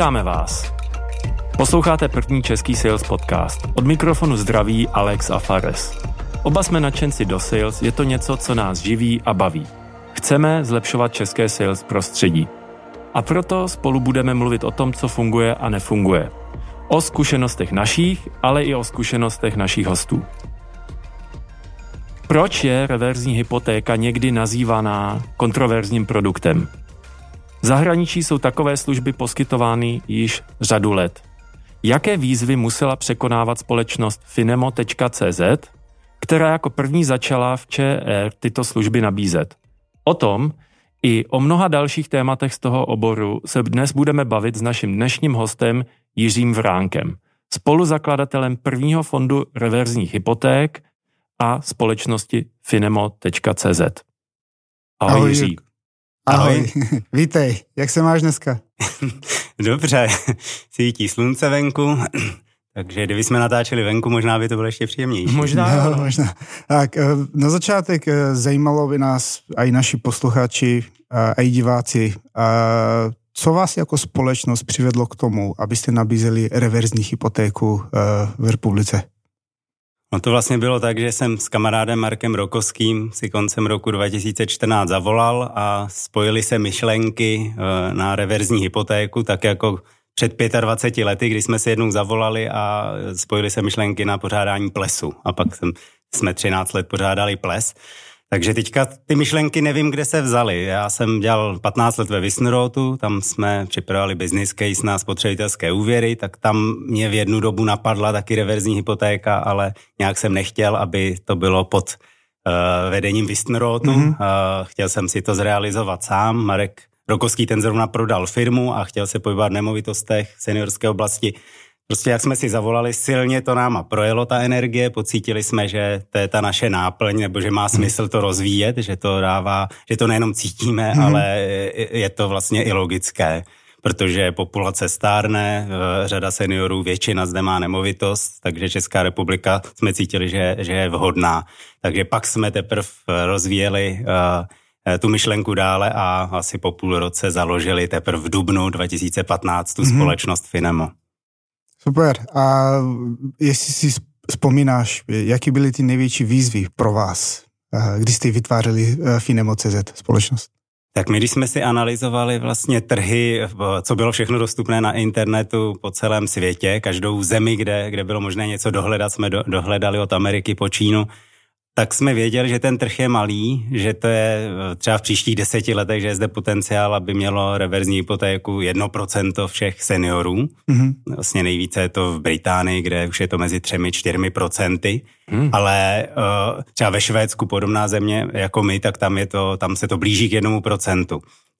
Vítáme vás. Posloucháte první český sales podcast. Od mikrofonu zdraví Alex a Fares. Oba jsme nadšenci do sales, je to něco, co nás živí a baví. Chceme zlepšovat české sales prostředí. A proto spolu budeme mluvit o tom, co funguje a nefunguje. O zkušenostech našich, ale i o zkušenostech našich hostů. Proč je reverzní hypotéka někdy nazývaná kontroverzním produktem? V zahraničí jsou takové služby poskytovány již řadu let. Jaké výzvy musela překonávat společnost Finemo.cz, která jako první začala v ČR tyto služby nabízet? O tom i o mnoha dalších tématech z toho oboru se dnes budeme bavit s naším dnešním hostem Jiřím Vránkem, spoluzakladatelem prvního fondu reverzních hypoték a společnosti Finemo.cz. Ahoj Jiří. Ahoj. Vítej, jak se máš dneska? Dobře, svítí slunce venku, takže kdyby jsme natáčeli venku, možná by to bylo ještě příjemnější. Možná. Tak, na začátek zajímalo by nás a i naši posluchači a i diváci, co vás jako společnost přivedlo k tomu, abyste nabízeli reverzní hypotéku v republice? No to vlastně bylo tak, že jsem s kamarádem Markem Rokoským si koncem roku 2014 zavolal a spojily se myšlenky na reverzní hypotéku, tak jako před 25 lety, kdy jsme si jednou zavolali a spojily se myšlenky na pořádání plesu. A pak jsme 13 let pořádali ples. Takže teďka ty myšlenky nevím, kde se vzaly. Já jsem dělal 15 let ve Wisnrotu, tam jsme připravili business case na spotřebitelské úvěry, tak tam mě v jednu dobu napadla taky reverzní hypotéka, ale nějak jsem nechtěl, aby to bylo pod vedením Wisnrotu. Chtěl jsem si to zrealizovat sám. Marek Rokoský ten zrovna prodal firmu a chtěl se pohybovat v nemovitostech v seniorské oblasti. Prostě jak jsme si zavolali, silně to náma projelo ta energie, pocítili jsme, že to je ta naše náplň, nebo že má smysl to rozvíjet, že to dává, že to nejenom cítíme, ale je to vlastně i logické, protože populace stárne, řada seniorů, většina zde má nemovitost, takže Česká republika jsme cítili, že je vhodná. Takže pak jsme teprve rozvíjeli tu myšlenku dále a asi po půl roce založili teprve v dubnu 2015 tu společnost Finemo. Super. A jestli si vzpomínáš, jaký byly ty největší výzvy pro vás, když jste vytvářeli Finemo.cz společnost? Tak my, když jsme si analyzovali vlastně trhy, co bylo všechno dostupné na internetu po celém světě, každou zemi, kde bylo možné něco dohledat, jsme dohledali od Ameriky po Čínu, tak jsme věděli, že ten trh je malý, že to je třeba v příštích 10 letech, že je zde potenciál, aby mělo reverzní hypotéku 1% všech seniorů. Vlastně nejvíce je to v Británii, kde už je to mezi 3-4%, ale třeba ve Švédsku, podobná země jako my, tak tam se to blíží k 1%.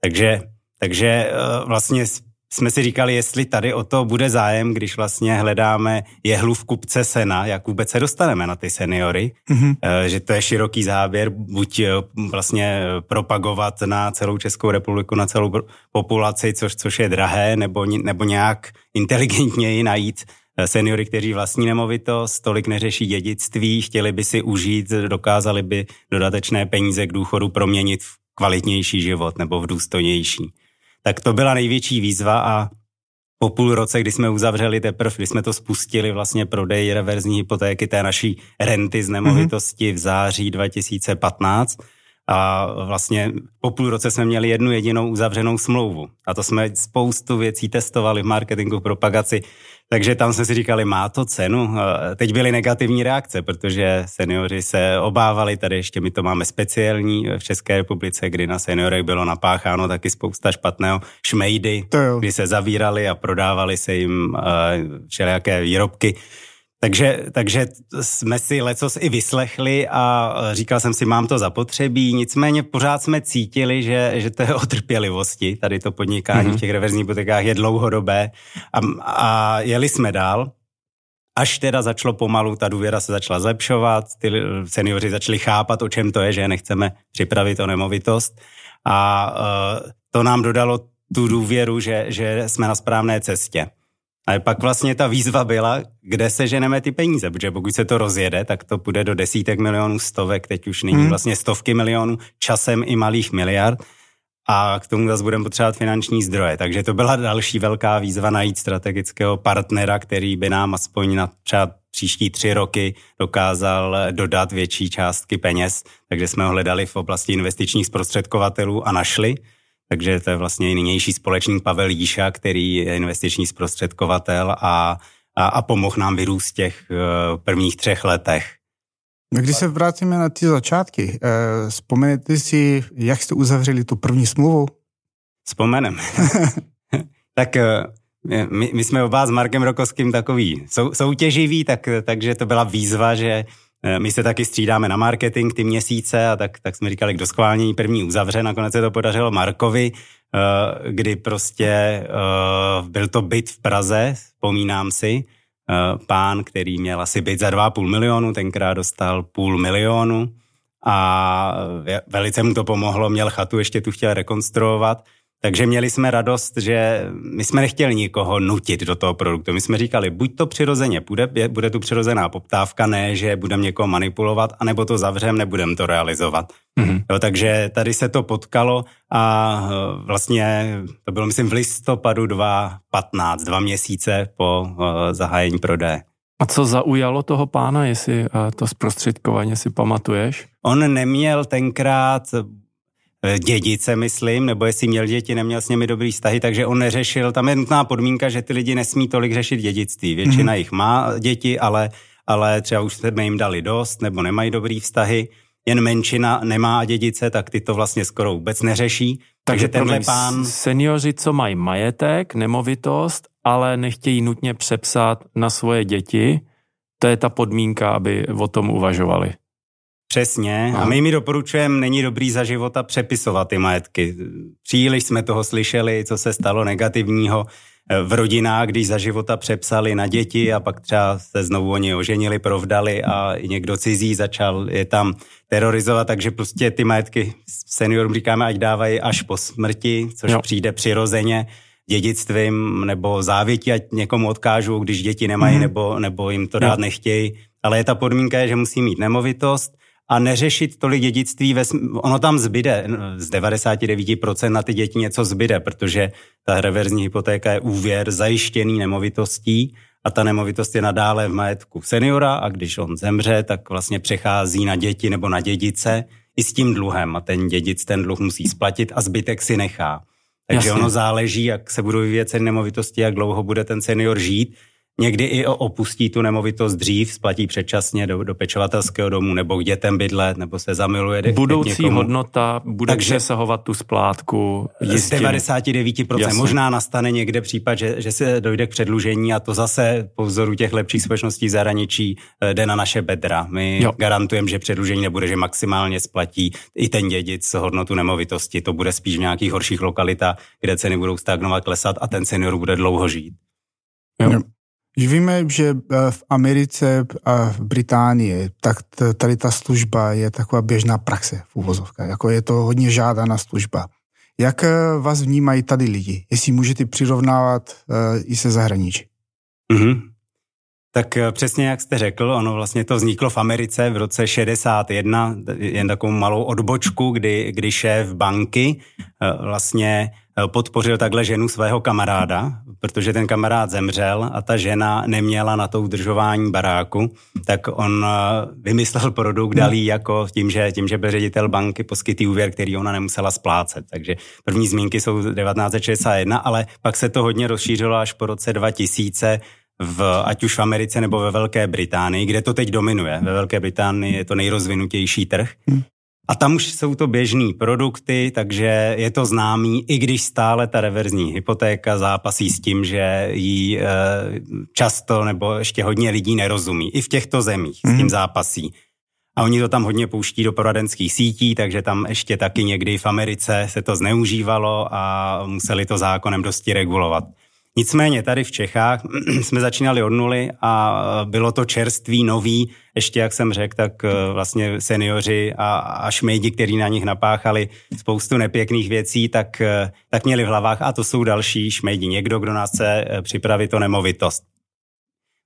Takže vlastně jsme si říkali, jestli tady o to bude zájem, když vlastně hledáme jehlu v kupce sena, jak vůbec se dostaneme na ty seniory, že to je široký záběr, buď vlastně propagovat na celou Českou republiku, na celou populaci, což je drahé, nebo nějak inteligentněji najít seniory, kteří vlastní nemovitost, tolik neřeší dědictví, chtěli by si užít, dokázali by dodatečné peníze k důchodu proměnit v kvalitnější život nebo v důstojnější. Tak to byla největší výzva a po půl roce, kdy jsme uzavřeli teprve, když jsme to spustili vlastně prodej reverzní hypotéky té naší renty z nemovitosti v září 2015 a vlastně po půl roce jsme měli jednu jedinou uzavřenou smlouvu a to jsme spoustu věcí testovali v marketingu, v propagaci, takže tam jsme si říkali, má to cenu. Teď byly negativní reakce, protože seniori se obávali, tady ještě my to máme speciální v České republice, kdy na seniorech bylo napácháno taky spousta špatného šmejdy, kdy se zavírali a prodávali se jim všelijaké výrobky. Takže jsme si lecos i vyslechli a říkal jsem si, mám to zapotřebí, nicméně pořád jsme cítili, že to je o trpělivosti, tady to podnikání v těch reverzních hypotékách je dlouhodobé a jeli jsme dál, až teda začalo pomalu, ta důvěra se začala zlepšovat, ty seniori začali chápat, o čem to je, že nechceme připravit o nemovitost a to nám dodalo tu důvěru, že jsme na správné cestě. A pak vlastně ta výzva byla, kde seženeme ty peníze, protože pokud se to rozjede, tak to půjde do desítek milionů, stovek, teď už nyní vlastně stovky milionů, časem i malých miliard. a k tomu zase budeme potřebovat finanční zdroje. Takže to byla další velká výzva najít strategického partnera, který by nám aspoň na třeba příští 3 roky dokázal dodat větší částky peněz. Takže jsme ho hledali v oblasti investičních zprostředkovatelů a našli. Takže to je vlastně i nynější společník Pavel Jíša, který je investiční zprostředkovatel a pomohl nám vyrůst v těch prvních 3 letech. Když se vrátíme na ty začátky, vzpomenete si, jak jste uzavřeli tu první smlouvu? Vzpomenem. Tak my jsme oba s Markem Rokovským takový soutěživí, takže to byla výzva, že my se taky střídáme na marketing ty měsíce a tak jsme říkali, kdo schválnění první uzavře. Nakonec se to podařilo Markovi, kdy prostě byl to byt v Praze, vzpomínám si, pán, který měl asi byt za 2,5 milionu, tenkrát dostal 500 000 a velice mu to pomohlo, měl chatu, ještě tu chtěl rekonstruovat. Takže měli jsme radost, že my jsme nechtěli nikoho nutit do toho produktu. My jsme říkali, buď to přirozeně bude tu přirozená poptávka, ne, že budeme někoho manipulovat, anebo to zavřeme, nebudeme to realizovat. Mm-hmm. Jo, takže tady se to potkalo a vlastně to bylo, myslím, v listopadu 2015, 2 měsíce po zahájení prodeje. A co zaujalo toho pána, jestli to zprostředkovaně si pamatuješ? On neměl tenkrát dědice, myslím, nebo jestli měl děti, neměl s nimi dobrý vztahy, takže on neřešil, tam je nutná podmínka, že ty lidi nesmí tolik řešit dědictví. Většina jich má děti, ale třeba už jsme jim dali dost, nebo nemají dobrý vztahy, jen menšina nemá dědice, tak ty to vlastně skoro vůbec neřeší. Takže tenhle pán... Seniori, co mají majetek, nemovitost, ale nechtějí nutně přepsat na svoje děti, to je ta podmínka, aby o tom uvažovali. Přesně. A my doporučujeme, není dobrý za života přepisovat ty majetky. Příliš jsme toho slyšeli, co se stalo negativního v rodinách, když za života přepsali na děti a pak třeba se znovu oni oženili, provdali a i někdo cizí začal je tam terorizovat, takže prostě ty majetky seniorům říkáme, ať dávají až po smrti, což přijde přirozeně dědictvím nebo závětí, ať někomu odkážou, když děti nemají nebo jim to dát nechtějí. Ale je ta podmínka, že musí mít nemovitost a neřešit tolik dědictví, ono tam zbyde, z 99% na ty děti něco zbyde, protože ta reverzní hypotéka je úvěr zajištěný nemovitostí a ta nemovitost je nadále v majetku seniora a když on zemře, tak vlastně přechází na děti nebo na dědice i s tím dluhem a ten dědic ten dluh musí splatit a zbytek si nechá. Takže Jasně. Ono záleží, jak se budou vyvíjet ceny nemovitosti, jak dlouho bude ten senior žít. Někdy i opustí tu nemovitost dřív, splatí předčasně do pečovatelského domu nebo k dětem bydlet, nebo se zamiluje budoucí hodnota bude přesahovat tu splátku. Z 99%. Jasně. Možná nastane někde případ, že se dojde k předlužení a to zase po vzoru těch lepších společností v zahraničí jde na naše bedra. My garantujeme, že předlužení nebude, že maximálně splatí i ten dědic hodnotu nemovitosti. To bude spíš v nějakých horších lokalitách, kde ceny budou stagnovat, klesat a ten senior bude dlouho žít. Jo. Víme, že v Americe a v Británii tak tady ta služba je taková běžná praxe v uvozovkách. Jako je to hodně žádaná služba. Jak vás vnímají tady lidi? Jestli můžete přirovnávat i se zahraničí? Tak přesně jak jste řekl, ono vlastně to vzniklo v Americe v roce 61, jen takovou malou odbočku, kdy šéf banky vlastně podpořil takhle ženu svého kamaráda, protože ten kamarád zemřel a ta žena neměla na to udržování baráku, tak on vymyslel produkt, dal jí jako tím, že byl ředitel banky, poskytý úvěr, který ona nemusela splácet. Takže první zmínky jsou 1961, ale pak se to hodně rozšířilo až po roce 2000, ať už v Americe nebo ve Velké Británii, kde to teď dominuje. Ve Velké Británii je to nejrozvinutější trh. A tam už jsou to běžný produkty, takže je to známý, i když stále ta reverzní hypotéka zápasí s tím, že jí často nebo ještě hodně lidí nerozumí. I v těchto zemích s tím zápasí. A oni to tam hodně pouští do poradenských sítí, takže tam ještě taky někdy v Americe se to zneužívalo a museli to zákonem dosti regulovat. Nicméně tady v Čechách jsme začínali od nuly a bylo to čerství, nový, ještě jak jsem řekl, tak vlastně seniori a šmejdi, kteří na nich napáchali spoustu nepěkných věcí, tak měli v hlavách a to jsou další šmejdi, někdo, kdo nás chce připravit o nemovitost.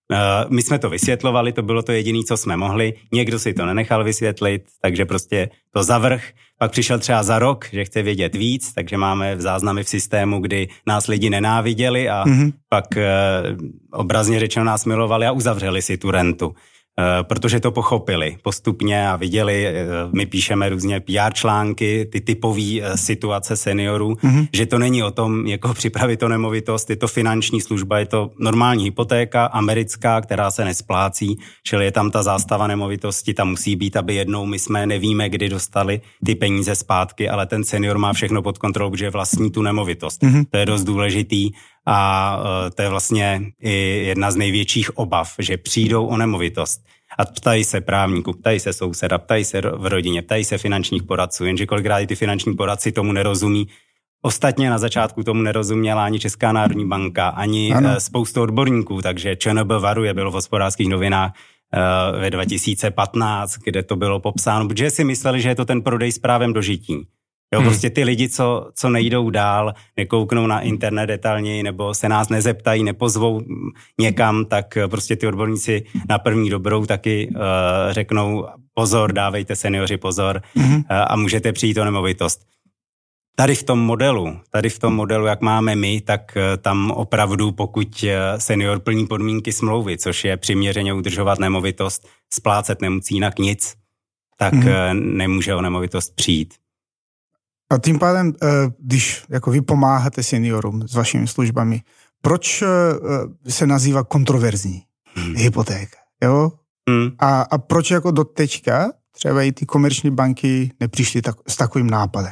My jsme to vysvětlovali, to bylo to jediné, co jsme mohli. Někdo si to nenechal vysvětlit, takže prostě to zavrch. Pak přišel třeba za rok, že chce vědět víc, takže máme záznamy v systému, kdy nás lidi nenáviděli a pak obrazně řečeno nás milovali a uzavřeli si tu rentu. Protože to pochopili postupně a viděli, my píšeme různě PR články, ty typové situace seniorů, že to není o tom, jako připravit to nemovitost, je to finanční služba, je to normální hypotéka, americká, která se nesplácí, čili je tam ta zástava nemovitosti, tam musí být, aby jednou my jsme nevíme, kdy dostali ty peníze zpátky, ale ten senior má všechno pod kontrolou, protože vlastní tu nemovitost. To je dost důležitý. A to je vlastně i jedna z největších obav, že přijdou o nemovitost a ptají se právníků, ptají se souseda, ptají se v rodině, ptají se finančních poradců, jenže kolikrát i ty finanční poradci tomu nerozumí. Ostatně na začátku tomu nerozuměla ani Česká národní banka, ani spoustu odborníků, takže ČNB varuje, bylo v Hospodářských novinách ve 2015, kde to bylo popsáno, protože si mysleli, že je to ten prodej s právem dožití. Jo, prostě ty lidi, co nejdou dál, nekouknou na internet detailněji, nebo se nás nezeptají, nepozvou někam, tak prostě ty odborníci na první dobrou taky řeknou pozor, dávejte seniori pozor a můžete přijít o nemovitost. Tady v tom modelu, jak máme my, tak tam opravdu, pokud senior plní podmínky smlouvy, což je přiměřeně udržovat nemovitost, splácet nemusí jinak nic, tak nemůže o nemovitost přijít. A tím pádem, když jako vy pomáháte seniorům s vašimi službami, proč se nazývá kontroverzní hypotéka? Jo? A proč jako do teďka třeba i ty komerční banky nepřišly s takovým nápadem?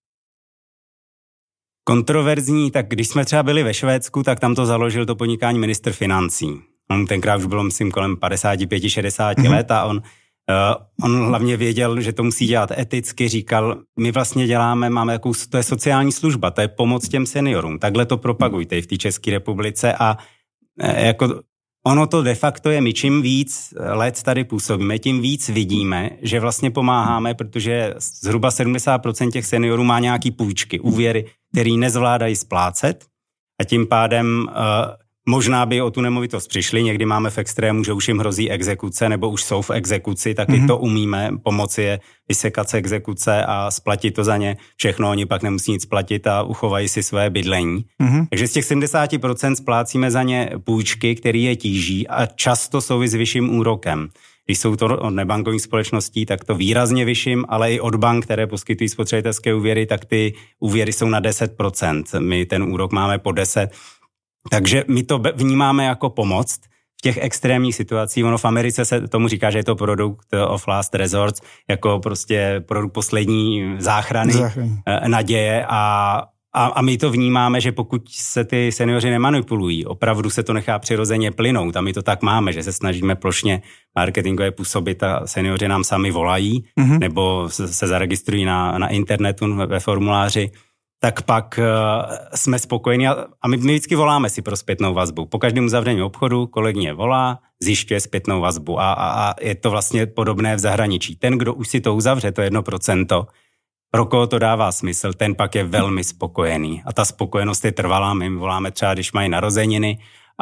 Kontroverzní, tak když jsme třeba byli ve Švédsku, tak tam to založil to podnikání ministr financí. On tenkrát už bylo, myslím, kolem 55-60 let a on hlavně věděl, že to musí dělat eticky, říkal, my vlastně máme to je sociální služba, to je pomoc těm seniorům, takhle to propagujte v té České republice a jako ono to de facto je, my čím víc let tady působíme, tím víc vidíme, že vlastně pomáháme, protože zhruba 70% těch seniorů má nějaký půjčky, úvěry, který nezvládají splácet a tím pádem možná by o tu nemovitost přišli, někdy máme v extrému, že už jim hrozí exekuce nebo už jsou v exekuci, taky to umíme, pomoci je vysekat se exekuce a splatit to za ně všechno, oni pak nemusí nic platit a uchovají si své bydlení. Takže z těch 70% splácíme za ně půjčky, které je tíží a často jsou i s vyšším úrokem. Když jsou to od nebankovních společností, tak to výrazně vyšším, ale i od bank, které poskytují spotřebitelské úvěry, tak ty úvěry jsou na 10%. My ten úrok máme po 10%. Takže my to vnímáme jako pomoc v těch extrémních situacích. Ono v Americe se tomu říká, že je to produkt of last resort, jako prostě produkt poslední záchrany. Naděje a my to vnímáme, že pokud se ty seniori nemanipulují, opravdu se to nechá přirozeně plynout a my to tak máme, že se snažíme plošně marketingově působit a seniori nám sami volají nebo se zaregistrují na internetu ve formuláři, tak pak jsme spokojení a my vždycky voláme si pro zpětnou vazbu. Po každém uzavření obchodu kolegyně volá, zjišťuje zpětnou vazbu a je to vlastně podobné v zahraničí. Ten, kdo už si to uzavře, to 1%, pro koho to dává smysl, ten pak je velmi spokojený. A ta spokojenost je trvalá, my voláme třeba, když mají narozeniny,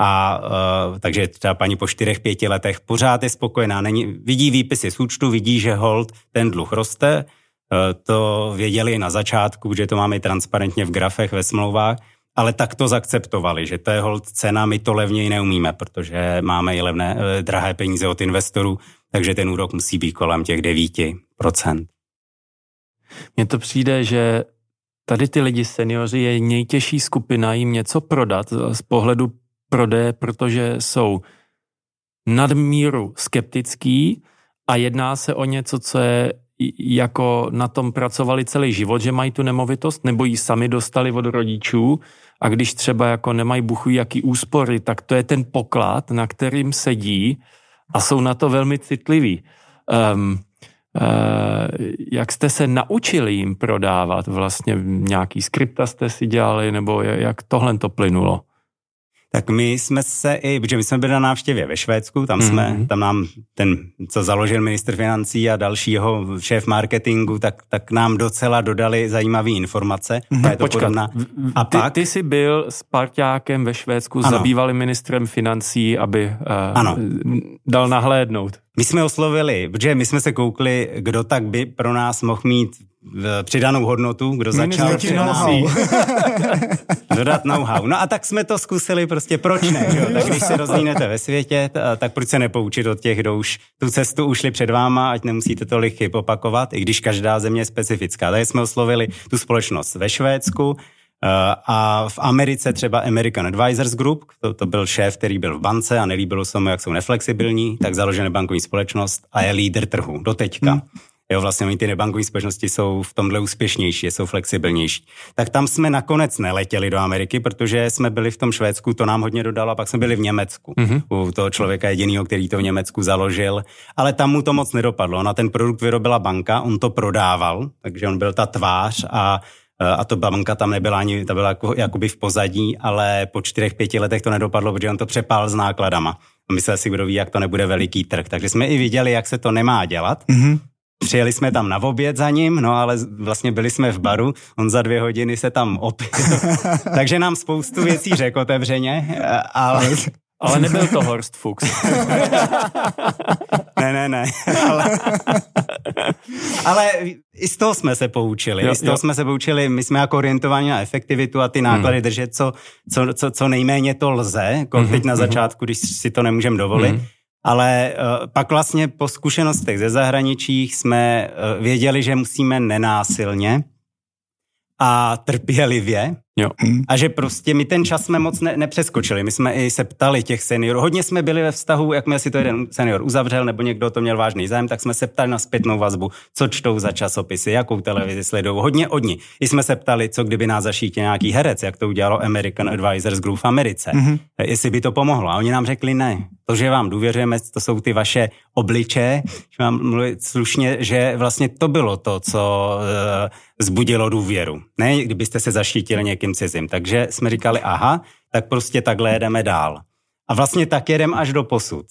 takže třeba paní po 4-5 letech pořád je spokojená, vidí výpisy z účtu, vidí, že hold ten dluh roste. To věděli na začátku, že to máme transparentně v grafech, ve smlouvách, ale tak to zaakceptovali, že to je hold cena, my to levněji neumíme, protože máme i drahé peníze od investorů, takže ten úrok musí být kolem těch 9%. Mně to přijde, že tady ty lidi seniori je nejtěžší skupina jim něco prodat z pohledu prodeje, protože jsou nadmíru skeptický a jedná se o něco, co je jako na tom pracovali celý život, že mají tu nemovitost, nebo ji sami dostali od rodičů a když třeba jako nemají buchují jaký úspory, tak to je ten poklad, na kterým sedí a jsou na to velmi citliví. Jak jste se naučili jim prodávat? Vlastně nějaký skripta jste si dělali, nebo jak tohle to plynulo? Tak my jsme protože my jsme byli na návštěvě ve Švédsku, tam nám ten, co založil ministr financí a další jeho šéf marketingu, tak nám docela dodali zajímavé informace. Ty jsi byl s parťákem ve Švédsku, s zabývalým ministrem financí, aby dal nahlédnout. My jsme oslovili, protože my jsme se koukli, kdo tak by pro nás mohl mít přidanou hodnotu, kdo začal dodat know-how. No a tak jsme to zkusili prostě, proč ne? Jo? Tak když se rozlínete ve světě, tak proč se nepoučit od těch, kdo už tu cestu ušli před váma, ať nemusíte tolik chyb opakovat, i když každá země je specifická. Takže jsme oslovili tu společnost ve Švédsku a v Americe třeba American Advisors Group, to byl šéf, který byl v bance a nelíbilo se mu, jak jsou neflexibilní, tak založené bankovní společnost a je lídr trhu doteďka. Jo, vlastně ty nebankovní společnosti jsou v tomhle úspěšnější, jsou flexibilnější. Tak tam jsme nakonec neletěli do Ameriky, protože jsme byli v tom Švédsku, to nám hodně dodalo, a pak jsme byli v Německu. U toho člověka jedinýho, který to v Německu založil, ale tam mu to moc nedopadlo. Ona ten produkt vyrobila banka, on to prodával, takže on byl ta tvář a to banka tam nebyla ani, ta byla jakoby v pozadí, ale po 4-5 letech to nedopadlo, protože on to přepál s nákladama. A myslel si, kdo ví, jak to nebude veliký trh. Takže jsme i viděli, jak se to nemá dělat. Přijeli jsme tam na oběd za ním, no ale vlastně byli jsme v baru, on za 2 hodiny se tam opil. Takže nám spoustu věcí řekl otevřeně, ale nebyl to Horst Fuchs. Ne. Ale i z toho jsme se poučili. Jsme se poučili, my jsme jako orientováni na efektivitu a ty náklady držet co nejméně to lze, teď na začátku, když si to nemůžeme dovolit. Ale pak vlastně po zkušenostech ze zahraničí jsme věděli, že musíme nenásilně a trpělivě. Jo. A že prostě my ten čas jsme moc nepřeskočili. My jsme i se ptali těch seniorů. Hodně jsme byli ve vztahu, jakmile si to jeden senior uzavřel, nebo někdo to měl vážný zájem, tak jsme se ptali na zpětnou vazbu, co čtou za časopisy, jakou televizi sledují. Hodně od ní. I jsme se ptali, co kdyby nás zašítil nějaký herec, jak to udělalo American Advisors Group v Americe. Jestli by to pomohlo. A oni nám řekli ne. To, že vám důvěřujeme, to jsou ty vaše obličeje, že vám mluvit slušně, že vlastně to bylo to, co vzbudilo důvěru. Ne, kdybyste se zaštítili někým cizím. Takže jsme říkali, aha, tak prostě takhle jedeme dál. A vlastně tak jedeme až do posud.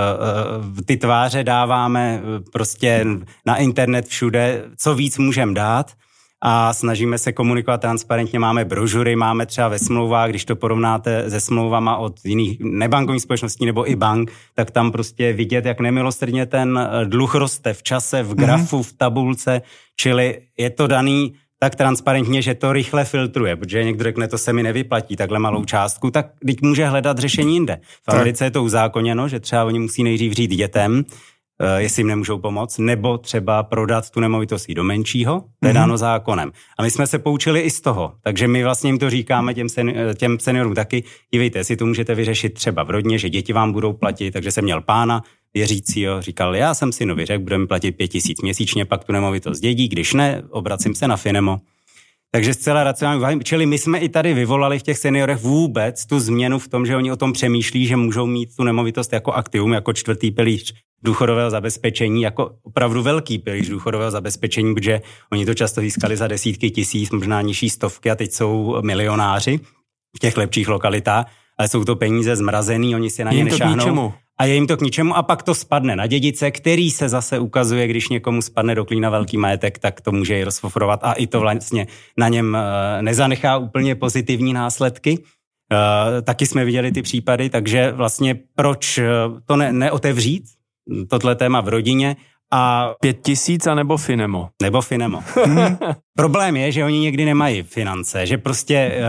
Ty tváře dáváme prostě na internet všude, co víc můžeme dát a snažíme se komunikovat transparentně. Máme brožury, máme třeba ve smlouvách, když to porovnáte se smlouvama od jiných nebankovních společností nebo i bank, tak tam prostě vidět, jak nemilosrdně ten dluh roste v čase, v grafu, v tabulce, čili je to daný tak transparentně, že to rychle filtruje, protože někdo řekne, to se mi nevyplatí, takhle malou částku, tak teď může hledat řešení jinde. V Americe je to uzákoněno, že třeba oni musí nejdřív říct dětem, jestli jim nemůžou pomoct, nebo třeba prodat tu nemovitost do menšího, to je dáno zákonem. A my jsme se poučili i z toho, takže my vlastně jim to říkáme těm seniorům taky, dívejte, jestli to můžete vyřešit třeba v rodině, že děti vám budou platit, takže jsem měl pána věřícího, říkal, já jsem synovi řekl, budeme platit 5 000 měsíčně, pak tu nemovitost dědí, když ne, obracím se na Finemo. Takže zcela racionální, čili my jsme i tady vyvolali v těch seniorech vůbec tu změnu v tom, že oni o tom přemýšlí, že můžou mít tu nemovitost jako aktivum, jako 4. pilíř důchodového zabezpečení, jako opravdu velký pilíř důchodového zabezpečení, protože oni to často získali za desítky tisíc, možná nižší stovky a teď jsou milionáři v těch lepších lokalitách, ale jsou to peníze zmrazený, oni si na ně nešáhnou. A je jim to k ničemu a pak to spadne na dědice, který se zase ukazuje, když někomu spadne do klína velký majetek, tak to může i rozfofrovat a i to vlastně na něm nezanechá úplně pozitivní následky. Taky jsme viděli ty případy, takže vlastně proč to neotevřít, tohle téma v rodině. A 5 000 nebo Finemo. Nebo Finemo. Problém je, že oni někdy nemají finance, že prostě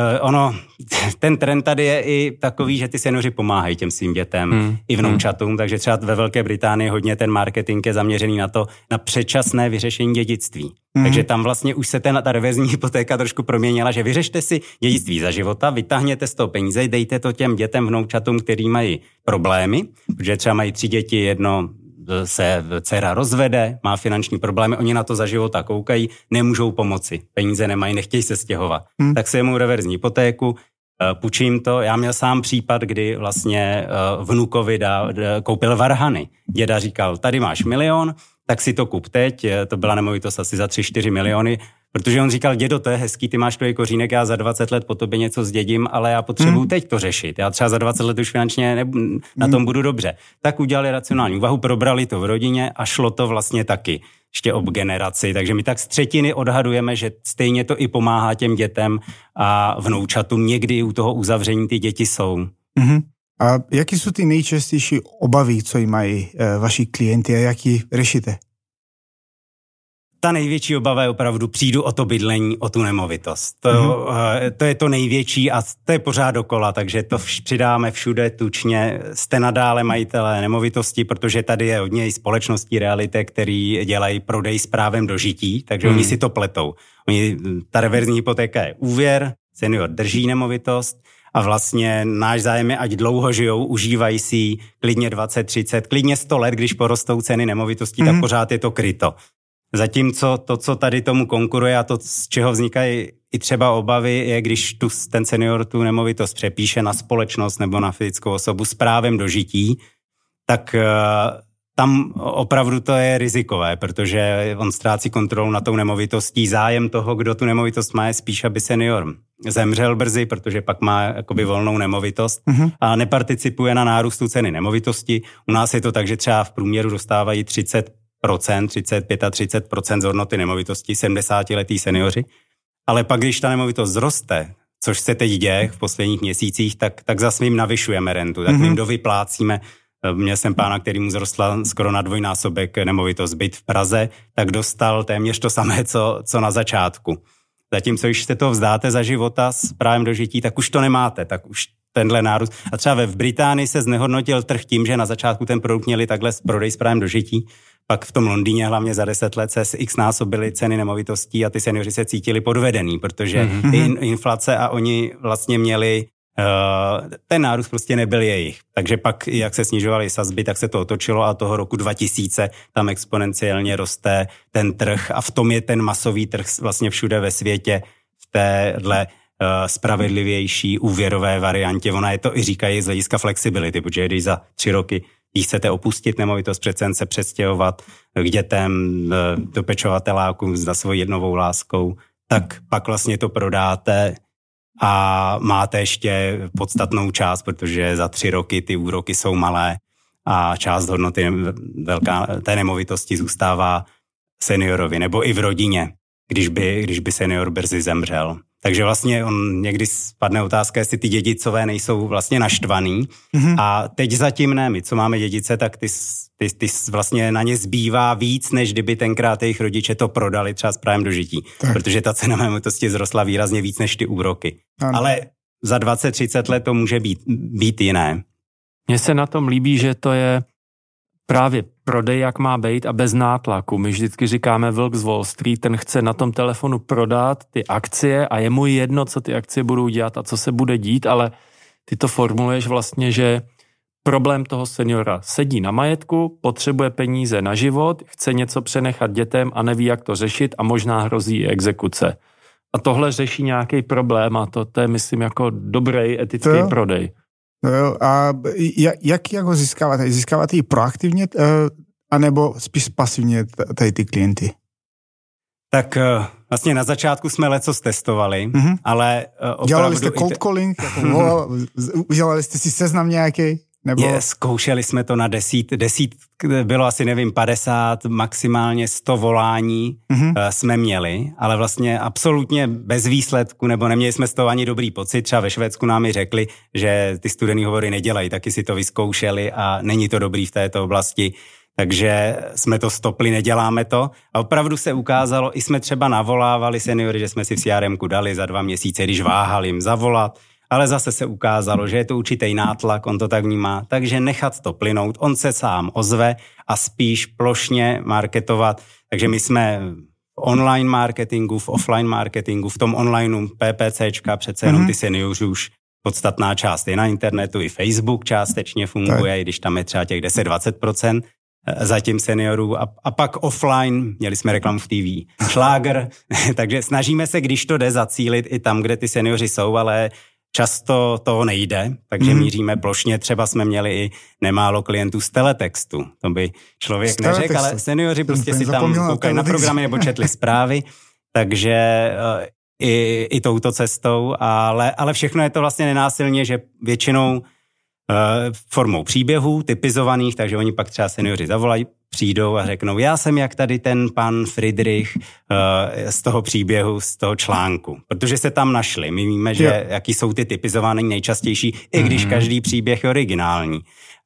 ten trend tady je i takový, že ty seniori pomáhají těm svým dětem i vnoučatům, takže třeba ve Velké Británii hodně ten marketing je zaměřený na předčasné vyřešení dědictví. Takže tam vlastně už se ta reverzní hypotéka trošku proměnila, že vyřešte si dědictví za života, vytáhněte z toho peníze, dejte to těm dětem vnoučatům, který mají problémy, protože třeba mají 3 děti, jedno se dcera rozvede, má finanční problémy, oni na to za života koukají, nemůžou pomoci, peníze nemají, nechtějí se stěhovat. Tak se jemu reverzní hypotéku, půjčím to. Já měl sám případ, kdy vlastně vnukovi koupil varhany. Děda říkal, tady máš 1 000 000, tak si to kup teď, to byla nemovitost asi za 3-4 miliony, Protože on říkal, dědo, to je hezký, ty máš tvůj kořínek, já za 20 let po tobě něco zdědím, ale já potřebuju teď to řešit. Já třeba za 20 let už finančně na tom budu dobře. Tak udělali racionální úvahu, probrali to v rodině a šlo to vlastně taky ještě ob generaci. Takže my tak z třetiny odhadujeme, že stejně to i pomáhá těm dětem a vnoučatům. Někdy u toho uzavření ty děti jsou. A jaký jsou ty nejčastější obavy, co mají vaši klienti a jak ji řešíte? Ta největší obava je opravdu přijdu o to bydlení, o tu nemovitost. To je to největší a to je pořád dokola, takže to přidáme všude tučně. Jste nadále majitelé nemovitosti, protože tady je hodně i společností reality, který dělají prodej s právem dožití, takže oni si to pletou. Ta reverzní hypotéka je úvěr, senior drží nemovitost a vlastně náš zájem je, ať dlouho žijou, užívají si ji klidně 20, 30, klidně 100 let, když porostou ceny nemovitostí, tak pořád je to kryto. Zatímco to, co tady tomu konkuruje a to, z čeho vznikají i třeba obavy, je, když ten senior tu nemovitost přepíše na společnost nebo na fyzickou osobu s právem dožití, tak tam opravdu to je rizikové, protože on ztrácí kontrolu nad tou nemovitostí. Zájem toho, kdo tu nemovitost má, je spíš, aby senior zemřel brzy, protože pak má jakoby volnou nemovitost a neparticipuje na nárůstu ceny nemovitosti. U nás je to tak, že třeba v průměru dostávají 35 a 30% z hodnoty nemovitosti, 70letí seniori. Ale pak, když ta nemovitost zroste, což se teď děje v posledních měsících, tak zase jim navyšujeme rentu, tak jim dovyplácíme. Měl jsem pána, který mu zrostla skoro na dvojnásobek nemovitost, byt v Praze, tak dostal téměř to samé, co na začátku. Zatímco, když se to vzdáte za života s právem dožití, tak už to nemáte, tak už tenhle nárůst. A třeba v Británii se znehodnotil trh tím, že na začátku ten produkt měli takhle prodej s právem dožití, pak v tom Londýně hlavně za 10 let se x násobily ceny nemovitostí a ty seniori se cítili podvedený, protože inflace a oni vlastně měli, ten nárůst prostě nebyl jejich. Takže pak, jak se snižovaly sazby, tak se to otočilo a toho roku 2000 tam exponenciálně roste ten trh a v tom je ten masový trh vlastně všude ve světě v téhle spravedlivější úvěrové variantě. Ona je to i říkají z hlediska flexibility, protože když za 3 roky když chcete opustit nemovitost, přece se přestěhovat k dětem, do pečovateláků za svojí jednovou láskou, tak pak vlastně to prodáte a máte ještě podstatnou část, protože za 3 roky ty úroky jsou malé a část hodnoty velká té nemovitosti zůstává seniorovi nebo i v rodině, když by senior brzy zemřel. Takže vlastně někdy spadne otázka, jestli ty dědicové nejsou vlastně naštvaný. A teď zatím ne, my co máme dědice, tak ty vlastně na ně zbývá víc, než kdyby tenkrát jejich rodiče to prodali třeba s právem dožití. Tak. Protože ta cena nemovitosti zrostla výrazně víc než ty úroky. Ano. Ale za 20-30 let to může být jiné. Mně se na tom líbí, že to je právě prodej, jak má být a bez nátlaku. My vždycky říkáme Vlk z Wall Street, ten chce na tom telefonu prodat ty akcie a je mu jedno, co ty akcie budou dělat a co se bude dít, ale ty to formuluješ vlastně, že problém toho seniora sedí na majetku, potřebuje peníze na život, chce něco přenechat dětem a neví, jak to řešit a možná hrozí i exekuce. A tohle řeší nějaký problém a to je, myslím, jako dobrý etický prodej. No jo, a jak ho získáváte? Získáváte ji proaktivně, anebo spíš pasivně tady ty klienty? Tak vlastně na začátku jsme lecos testovali, ale opravdu... Dělali jste cold calling? Udělali jste si seznam nějaký? Nebo... Zkoušeli jsme to na 10, bylo asi 50, maximálně 100 volání jsme měli, ale vlastně absolutně bez výsledku, nebo neměli jsme z toho ani dobrý pocit. Třeba ve Švédsku nám i řekli, že ty studený hovory nedělají, taky si to vyzkoušeli a není to dobrý v této oblasti. Takže jsme to stopli, neděláme to. A opravdu se ukázalo, i jsme třeba navolávali seniory, že jsme si v CRMku dali za 2 měsíce, když váhali jim zavolat, ale zase se ukázalo, že je to určitý nátlak, on to tak vnímá, takže nechat to plynout, on se sám ozve a spíš plošně marketovat. Takže my jsme v online marketingu, v offline marketingu, v tom onlineu PPCčka, přece jenom ty seniori už podstatná část je na internetu, i Facebook částečně funguje, i když tam je třeba těch 10-20% zatím seniorů a pak offline, měli jsme reklamu v TV, šláger, takže snažíme se, když to jde, zacílit i tam, kde ty seniori jsou, ale často to nejde, takže míříme plošně, třeba jsme měli i nemálo klientů z teletextu, to by člověk neřekl, ale seniori prostě si tam koukají na programy nebo četli zprávy, takže i touto cestou, ale všechno je to vlastně nenásilně, že většinou formou příběhů typizovaných, takže oni pak třeba seniori zavolají, přijdou a řeknou, já jsem jak tady ten pan Friedrich z toho příběhu, z toho článku, protože se tam našli. My víme, že jaký jsou ty typizované nejčastější, i když každý příběh je originální.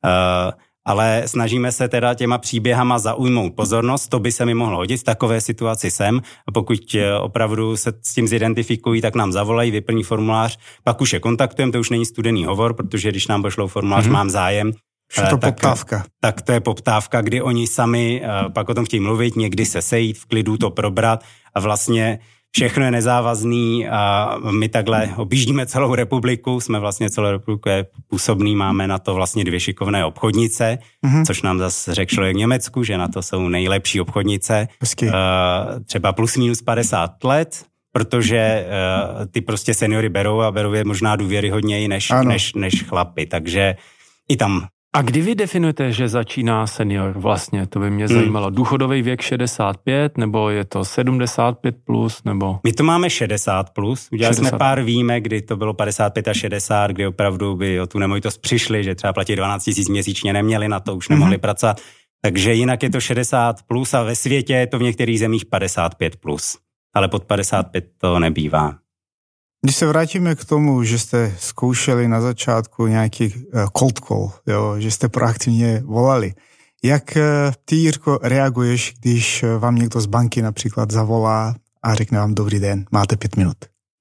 Ale snažíme se teda těma příběhama zaujmout pozornost, to by se mi mohlo hodit, v takové situaci jsem, a pokud opravdu se s tím zidentifikují, tak nám zavolají, vyplní formulář, pak už je kontaktujeme, to už není studený hovor, protože když nám pošlou formulář, mám zájem, to poptávka. Tak to je poptávka, kdy oni sami pak o tom chtějí mluvit, někdy se sejít, v klidu to probrat a vlastně všechno je nezávazný a my takhle objíždíme celou republiku, jsme vlastně celou republiku je působný, máme na to vlastně 2 šikovné obchodnice, což nám zase řekl člověk v Německu, že na to jsou nejlepší obchodnice, třeba plus minus 50 let, protože ty prostě seniory berou a berou je možná důvěryhodněji než chlapy, takže i tam. A kdy vy definujete, že začíná senior vlastně? To by mě zajímalo. Důchodový věk 65, nebo je to 75 plus, nebo? My to máme 60 plus. Udělali jsme pár výjimek, kdy to bylo 55 a 60, kdy opravdu by o tu nemovitost přišli, že třeba platí 12 000 měsíčně, neměli na to, už nemohli pracovat. Takže jinak je to 60 plus a ve světě je to v některých zemích 55 plus. Ale pod 55 to nebývá. Když se vrátíme k tomu, že jste zkoušeli na začátku nějaký cold call, jo, že jste proaktivně volali. Jak ty, Jirko, reaguješ, když vám někdo z banky například zavolá a řekne vám dobrý den, máte 5 minut?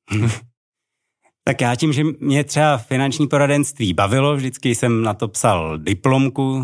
Tak já tím, že mě třeba finanční poradenství bavilo, vždycky jsem na to psal diplomku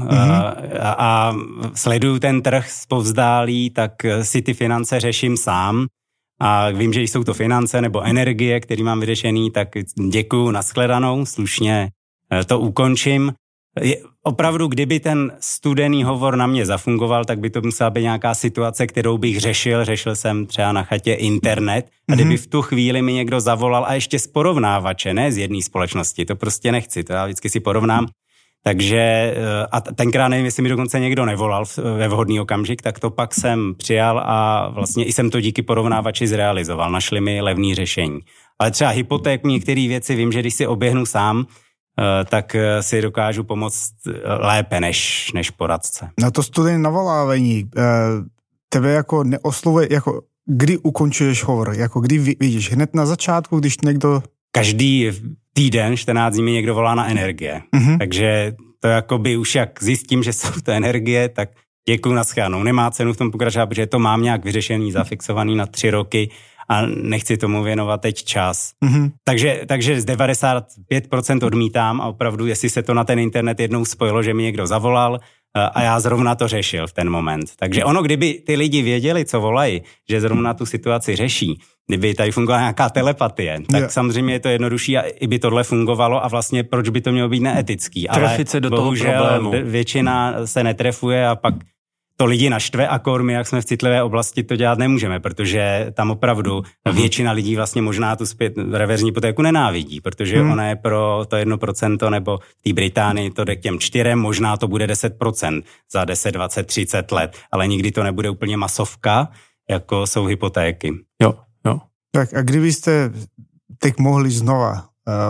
a sleduju ten trh zpovzdálí, tak si ty finance řeším sám. A vím, že jsou to finance nebo energie, které mám vyřešený, tak děkuju, nashledanou, slušně to ukončím. Opravdu, kdyby ten studený hovor na mě zafungoval, tak by to musela být nějaká situace, kterou bych řešil. Řešil jsem třeba na chatě internet a kdyby v tu chvíli mi někdo zavolal a ještě z porovnávače, ne z jedné společnosti, to prostě nechci, to já vždycky si porovnám. Takže a tenkrát nevím, jestli mi dokonce někdo nevolal ve vhodný okamžik, tak to pak jsem přijal a vlastně i jsem to díky porovnávači zrealizoval. Našli mi levný řešení. Ale třeba hypotéku, některé věci vím, že když si oběhnu sám, tak si dokážu pomoct lépe než poradce. Na to studené navolávání tebe jako neoslovuje, jako kdy ukončuješ hovor, jako kdy vidíš, hned na začátku, když někdo... Každý týden, 14 dní mi někdo volá na energie. Takže to jakoby už jak zjistím, že jsou to energie, tak děkuju, naschledanou. Nemá cenu v tom pokračovat, protože to mám nějak vyřešený, zafixovaný na 3 roky a nechci tomu věnovat teď čas. Takže z 95% odmítám a opravdu, jestli se to na ten internet jednou spojilo, že mi někdo zavolal a já zrovna to řešil v ten moment. Takže ono, kdyby ty lidi věděli, co volají, že zrovna tu situaci řeší, kdyby tady fungovala nějaká telepatie, tak samozřejmě je to jednodušší a i by tohle fungovalo a vlastně proč by to mělo být neetický. Ale se do bohužel toho problému. Většina se netrefuje a pak to lidi naštve a my, jak jsme v citlivé oblasti, to dělat nemůžeme, protože tam opravdu většina lidí vlastně možná tu reverzní hypotéku nenávidí, protože ona je pro to 1% nebo v té Británii to jde k těm 4, možná to bude 10% za 10, 20, 30 let, ale nikdy to nebude úplně masovka, jako jsou hypotéky. Jo. Tak a kdybyste teď mohli znova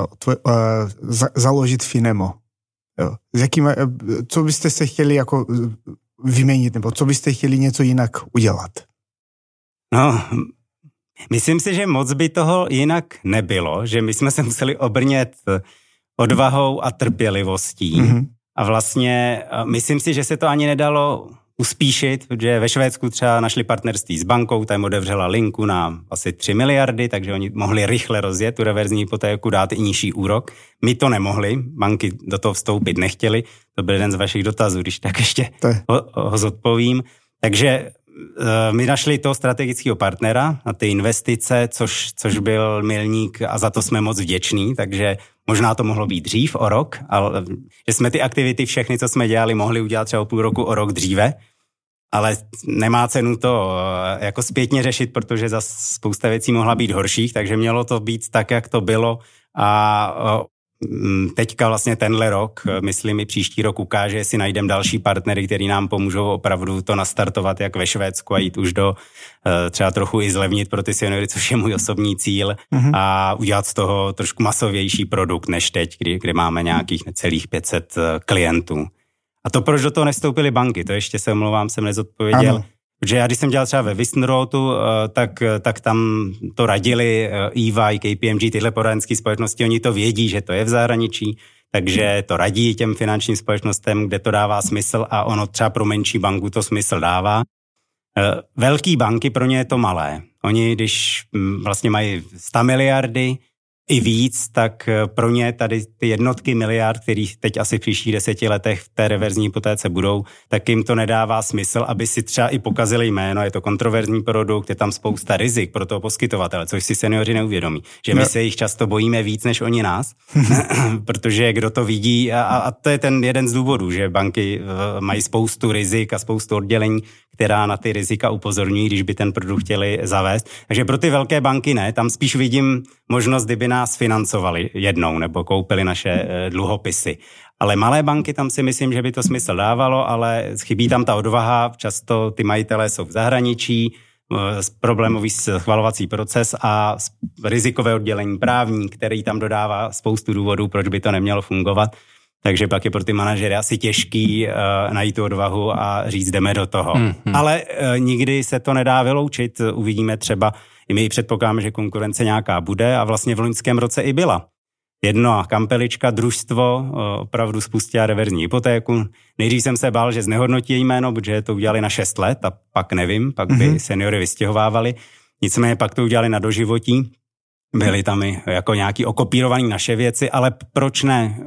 založit Finemo, jo, co byste se chtěli jako vyměnit, nebo co byste chtěli něco jinak udělat? No, myslím si, že moc by toho jinak nebylo, že my jsme se museli obrnět odvahou a trpělivostí. A vlastně myslím si, že se to ani nedalo uspíšit, protože ve Švédsku třeba našli partnerství s bankou, ta jim otevřela linku na asi 3 miliardy, takže oni mohli rychle rozjet tu reverzní hypotéku, dát i nižší úrok. My to nemohli, banky do toho vstoupit nechtěli, to byl jeden z vašich dotazů, když tak ještě ho zodpovím. Takže my našli toho strategického partnera na ty investice, což byl milník a za to jsme moc vděční, takže možná to mohlo být dřív, o rok, ale že jsme ty aktivity všechny, co jsme dělali, mohli udělat třeba půl roku, o rok dříve, ale nemá cenu to jako zpětně řešit, protože za spousta věcí mohla být horších, takže mělo to být tak, jak to bylo a teďka vlastně tenhle rok, myslím i příští rok ukáže, jestli najdeme další partnery, který nám pomůžou opravdu to nastartovat jak ve Švédsku a jít už do třeba trochu i zlevnit pro ty seniory, což je můj osobní cíl a udělat z toho trošku masovější produkt než teď, kdy máme nějakých necelých 500 klientů. A to, proč do toho nestoupily banky, to ještě se omlouvám, jsem nezodpověděl. Ano. Protože já, když jsem dělal třeba ve Wissenrothu, tak tam to radili EY, KPMG, tyhle poradenské společnosti, oni to vědí, že to je v zahraničí, takže to radí těm finančním společnostem, kde to dává smysl a ono třeba pro menší banku to smysl dává. Velký banky, pro ně je to malé. Oni, když vlastně mají 100 miliardy i víc, tak pro ně tady ty jednotky miliard, kterých teď asi v příštích 10 letech v té reverzní hypotéce budou, tak jim to nedává smysl, aby si třeba i pokazili jméno, je to kontroverzní produkt, je tam spousta rizik pro toho poskytovatele, což si seniori neuvědomí, že my se jich často bojíme víc než oni nás, protože kdo to vidí a to je ten jeden z důvodů, že banky mají spoustu rizik a spoustu oddělení, která na ty rizika upozorňují, když by ten produkt chtěli zavést. Takže pro ty velké banky ne, tam spíš vidím možnost, kdyby nás financovali jednou nebo koupili naše dluhopisy. Ale malé banky, tam si myslím, že by to smysl dávalo, ale chybí tam ta odvaha, často ty majitelé jsou v zahraničí, problémový schvalovací proces a rizikové oddělení právní, který tam dodává spoustu důvodů, proč by to nemělo fungovat. Takže pak je pro ty manažery asi těžký najít tu odvahu a říct, jdeme do toho. Ale nikdy se to nedá vyloučit. Uvidíme třeba, i my předpokládáme, že konkurence nějaká bude a vlastně v loňském roce i byla. Jedno kampelička, družstvo, opravdu spustila reverzní hypotéku. Nejdřív jsem se bál, že znehodnotí jméno, protože to udělali na 6 let a pak nevím, pak by seniory vystěhovávali. Nicméně pak to udělali na doživotí. Byly tam i jako nějaký okopírovaný naše věci, ale proč ne?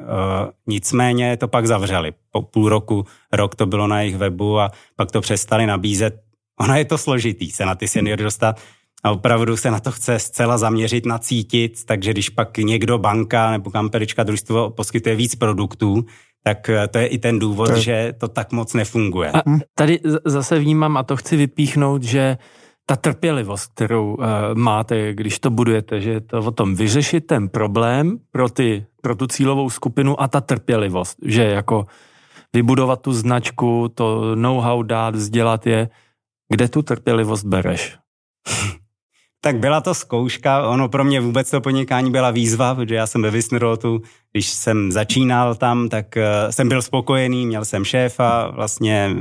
Nicméně to pak zavřeli. Po půl roku, rok to bylo na jejich webu a pak to přestali nabízet. Ono je to složitý se na ty seniory dostat a opravdu se na to chce zcela zaměřit, nacítit, takže když pak někdo, banka nebo kampelička, družstvo poskytuje víc produktů, tak to je i ten důvod, že to tak moc nefunguje. A tady zase vnímám a to chci vypíchnout, že ta trpělivost, kterou máte, když to budujete, že je to o tom vyřešit ten problém pro tu cílovou skupinu a ta trpělivost, že jako vybudovat tu značku, to know-how dát, vzdělat je, kde tu trpělivost bereš? Tak byla to zkouška, ono pro mě vůbec to podnikání byla výzva, protože já jsem ve Wissenrothu, když jsem začínal tam, tak jsem byl spokojený, měl jsem šéfa, vlastně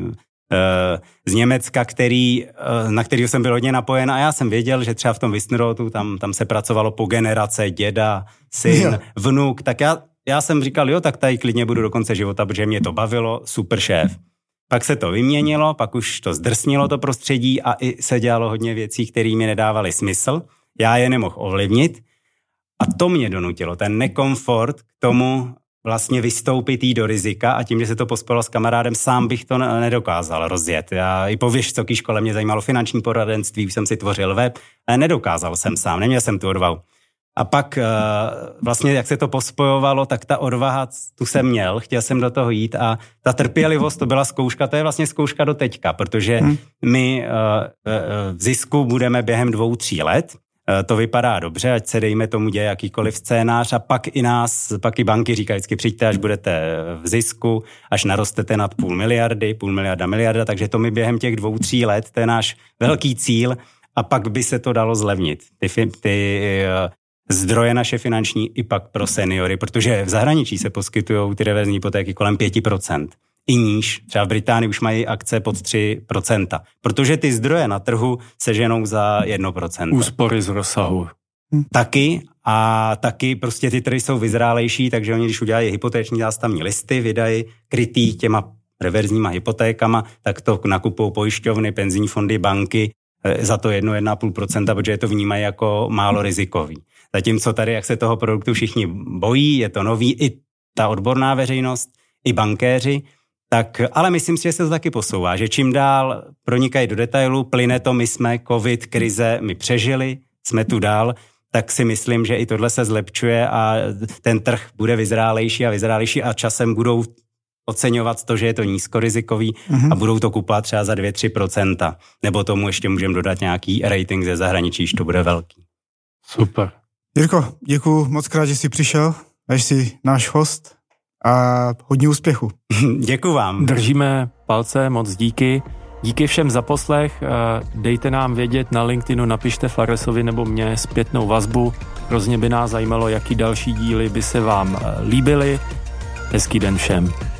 z Německa, na kterýho jsem byl hodně napojen a já jsem věděl, že třeba v tom Wissenrothu tam se pracovalo po generace, děda, syn, vnuk, tak já jsem říkal, jo, tak tady klidně budu do konce života, protože mě to bavilo, super šéf. Pak se to vyměnilo, pak už to zdrsnilo to prostředí a i se dělalo hodně věcí, které mi nedávaly smysl. Já je nemohl ovlivnit a to mě donutilo, ten nekomfort k tomu vlastně vystoupit jí do rizika a tím, že se to pospojilo s kamarádem, sám bych to nedokázal rozjet. Já i po vysoké škole mě zajímalo finanční poradenství, už jsem si tvořil web, ale nedokázal jsem sám, neměl jsem tu odvahu. A pak vlastně, jak se to pospojovalo, tak ta odvaha tu jsem měl, chtěl jsem do toho jít a ta trpělivost, to byla zkouška, to je vlastně zkouška do teďka, protože my v zisku budeme během 2-3 let, to vypadá dobře, ať se dejme tomu děje jakýkoliv scénář a pak i banky říkají vždycky přijďte, až budete v zisku, až narostete nad 500 miliarda, takže to my během těch 2-3 let, to je náš velký cíl a pak by se to dalo zlevnit. Ty zdroje naše finanční i pak pro seniory, protože v zahraničí se poskytují ty reverzní hypotéky kolem 5%. I níž. Třeba v Británii už mají akce pod 3%. Protože ty zdroje na trhu se ženou za 1%. Úspory z rozsahu. Taky prostě ty trhy jsou vyzrálejší, takže oni, když udělají hypotéční zástavní listy, vydají krytý těma reverzníma hypotékama, tak to nakupují pojišťovny, penzijní fondy, banky za to 1-1,5%, protože to vnímají jako málo rizikový. Zatímco tady, jak se toho produktu všichni bojí, je to nový, i ta odborná veřejnost, i bankéři, tak, ale myslím si, že se to taky posouvá, že čím dál pronikají do detailu, plyne to, my jsme covid, krize, my přežili, jsme tu dál, tak si myslím, že i tohle se zlepšuje a ten trh bude vyzrálejší a časem budou oceňovat to, že je to nízkorizikový a budou to kupovat třeba za 2-3%. Nebo tomu ještě můžeme dodat nějaký rating ze zahraničí, že to bude velký. Super. Jirko, děkuju moc krát, že jsi přišel. jsi náš host a hodně úspěchu. Děkuju vám. Držíme palce, moc díky. Díky všem za poslech, dejte nám vědět na LinkedInu, napište Faresovi nebo mě zpětnou vazbu. Hrozně by nás zajímalo, jaký další díly by se vám líbily. Hezký den všem.